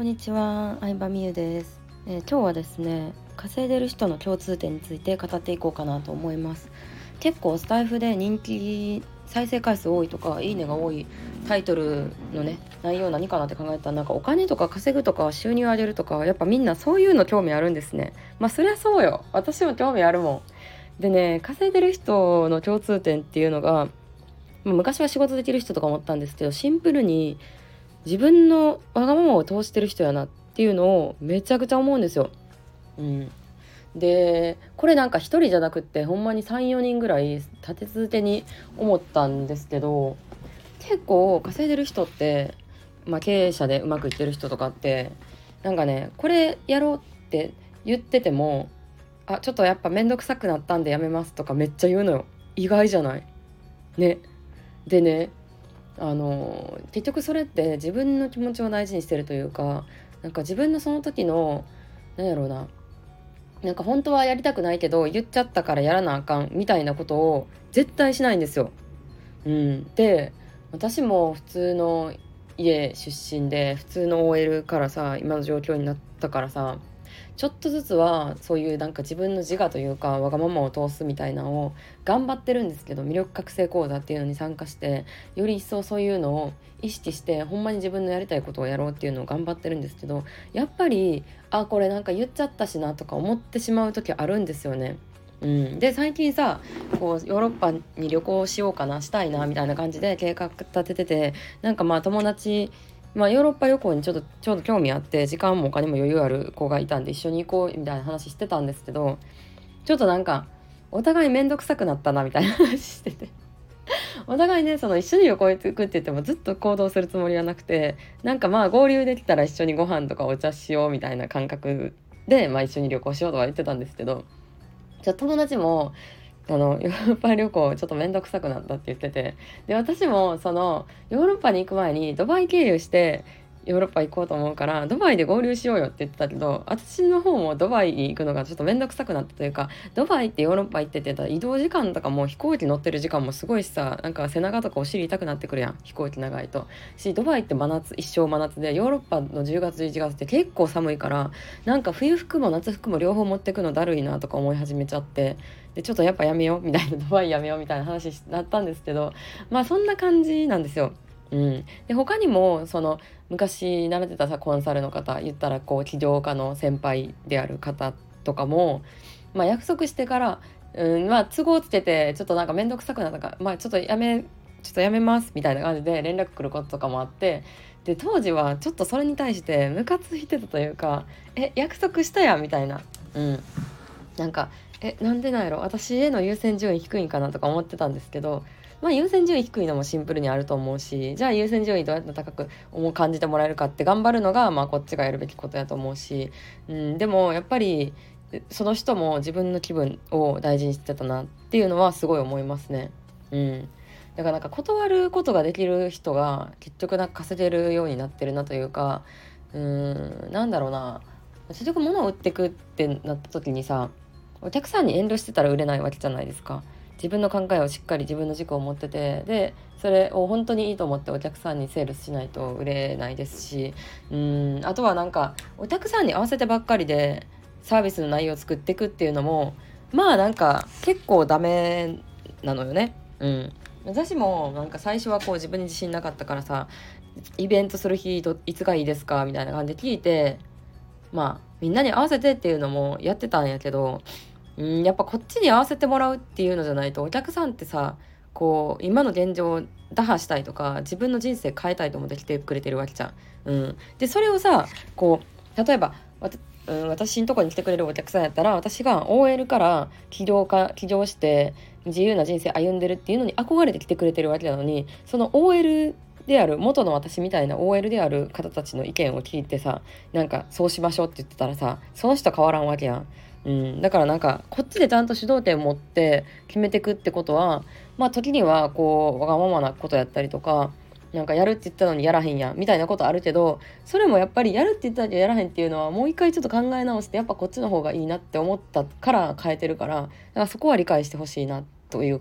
にちは、相葉美優です。今日はですね、稼いでる人の共通点について語っていこうかなと思います。結構スタイフで人気、再生回数多いとかいいねが多いタイトルのね内容何かなって考えたら、なんかお金とか稼ぐとか収入を上げるとか、やっぱみんなそういうの興味あるんですね。まあそりゃそうよ、私も興味あるもん。でね、稼いでる人の共通点っていうのが、昔は仕事できる人とか思ったんですけど、シンプルに自分のわがままを通してる人やなっていうのをめちゃくちゃ思うんですよ。うん、でこれなんか一人じゃなくってほんまに3、4人ぐらい立て続けに思ったんですけど、結構稼いでる人って、経営者でうまくいってる人とかって、なんかね、これやろうって言ってても、ちょっとやっぱめんどくさくなったんでやめますとかめっちゃ言うのよ。意外じゃないね。でね、結局それって自分の気持ちを大事にしてるというか、なんか自分のその時の、なんやろうな、なんか本当はやりたくないけど言っちゃったからやらなあかんみたいなことを絶対しないんですよ。で、私も普通の家出身で普通の OL からさ、今の状況になったからさ、ちょっとずつはそういうなんか自分の自我というかわがままを通すみたいなのを頑張ってるんですけど、魅力覚醒講座っていうのに参加してより一層そういうのを意識して、ほんまに自分のやりたいことをやろうっていうのを頑張ってるんですけど、やっぱりこれなんか言っちゃったしなとか思ってしまう時あるんですよね。で最近さ、こうヨーロッパに旅行しようかな、したいなみたいな感じで計画立ててて、なんか友達、ヨーロッパ旅行にちょうど興味あって、時間もお金も余裕ある子がいたんで一緒に行こうみたいな話してたんですけど、ちょっとなんかお互い面倒くさくなったなみたいな話してて、お互いね、その一緒に旅行行くって言ってもずっと行動するつもりはなくて、なんか合流できたら一緒にご飯とかお茶しようみたいな感覚で、一緒に旅行しようとは言ってたんですけど、友達もヨーロッパ旅行ちょっと面倒くさくなったって言ってて、で私もそのヨーロッパに行く前にドバイ経由してヨーロッパ行こうと思うからドバイで合流しようよって言ってたけど、私の方もドバイに行くのがちょっと面倒くさくなったというか、ドバイってヨーロッパ行ってて移動時間とかも飛行機乗ってる時間もすごいしさ、なんか背中とかお尻痛くなってくるやん、飛行機長いと。ドバイって真夏、一生真夏で、ヨーロッパの10月11月って結構寒いから、なんか冬服も夏服も両方持ってくのだるいなとか思い始めちゃって、でちょっとやっぱやめようみたいな、ドバイやめようみたいな話になったんですけど、そんな感じなんですよ。で他にもその昔習ってたさ、コンサルの方、言ったらこう起業家の先輩である方とかも、約束してから、都合つけてちょっとなんか面倒くさくなったから、ちょっとやめますみたいな感じで連絡来ることとかもあって、で当時はちょっとそれに対してムカついてたというか、約束したやんみたいな。なんかなんでなんやろ、私への優先順位低いんかなとか思ってたんですけど、優先順位低いのもシンプルにあると思うし、じゃあ優先順位どうやって高く感じてもらえるかって頑張るのが、こっちがやるべきことやと思うし、でもやっぱりその人も自分の気分を大事にしてたなっていうのはすごい思いますね。だからなんか断ることができる人が結局なんか稼げるようになってるなというか、なんだろうな、結局物を売ってくってなった時にさ、お客さんに遠慮してたら売れないわけじゃないですか。自分の考えをしっかり自分の軸を持ってて、でそれを本当にいいと思ってお客さんにセールスしないと売れないですし、あとはなんかお客さんに合わせてばっかりでサービスの内容を作っていくっていうのも、なんか結構ダメなのよね。私もなんか最初はこう自分に自信なかったからさ、イベントする日いつがいいですかみたいな感じで聞いて、みんなに合わせてっていうのもやってたんやけど、やっぱこっちに合わせてもらうっていうのじゃないと、お客さんってさ、こう今の現状を打破したいとか自分の人生変えたいと思って来てくれてるわけじゃん。でそれをさ、こう例えば私のとこに来てくれるお客さんやったら、私が OL から起業して自由な人生歩んでるっていうのに憧れて来てくれてるわけなのに、その OL である元の私みたいな OL である方たちの意見を聞いてさ、なんかそうしましょうって言ってたらさ、その人変わらんわけやん。だからなんかこっちでちゃんと主導権持って決めていくってことは、時にはこうわがままなことやったりとか、なんかやるって言ったのにやらへんやんみたいなことあるけど、それもやっぱりやるって言ったけどやらへんっていうのはもう一回ちょっと考え直して、やっぱこっちの方がいいなって思ったから変えてるから、だからそこは理解してほしいなというか、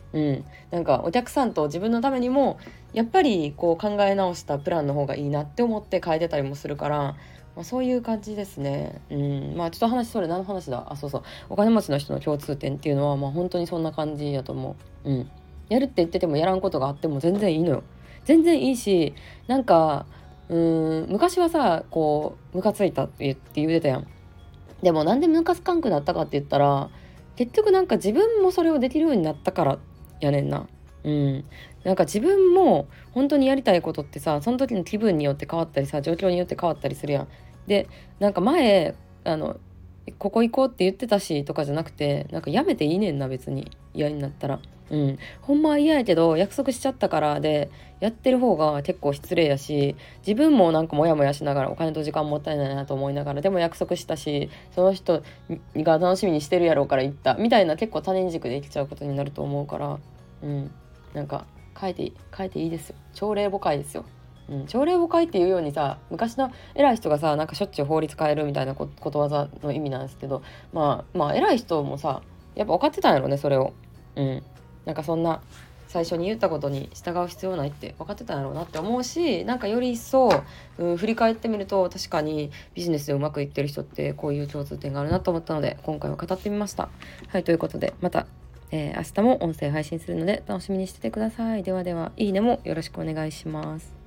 なんかお客さんと自分のためにもやっぱりこう考え直したプランの方がいいなって思って変えてたりもするから、そういう感じですね。ちょっと話それ何の話だ、そうそう、お金持ちの人の共通点っていうのは本当にそんな感じやと思う。やるって言っててもやらんことがあっても全然いいのよ。全然いいし、なんか昔はさこうムカついたって言ってたやん。でもなんでムカつかんくなったかって言ったら、結局なんか自分もそれをできるようになったからやねんな。なんか自分も本当にやりたいことってさ、その時の気分によって変わったりさ、状況によって変わったりするやん。で、なんか前ここ行こうって言ってたしとかじゃなくて、なんかやめていいねんな、別に嫌になったら。ほんまは嫌やけど約束しちゃったからでやってる方が結構失礼やし、自分もなんかモヤモヤしながらお金と時間もったいないなと思いながら、でも約束したしその人が楽しみにしてるやろうから行ったみたいな、結構他人軸で生きちゃうことになると思うから、なんか変えていいですよ。朝令暮改ですよ。朝令暮改っていうようにさ、昔の偉い人がさなんかしょっちゅう法律変えるみたいなことわざの意味なんですけど、偉い人もさやっぱ分かってたんやろね、それを。なんかそんな最初に言ったことに従う必要ないって分かってたんやろうなって思うし、なんかより一層、振り返ってみると確かにビジネスでうまくいってる人ってこういう共通点があるなと思ったので今回は語ってみました。はい、ということでまた、明日も音声配信するので楽しみにしててください。ではでは、いいねもよろしくお願いします。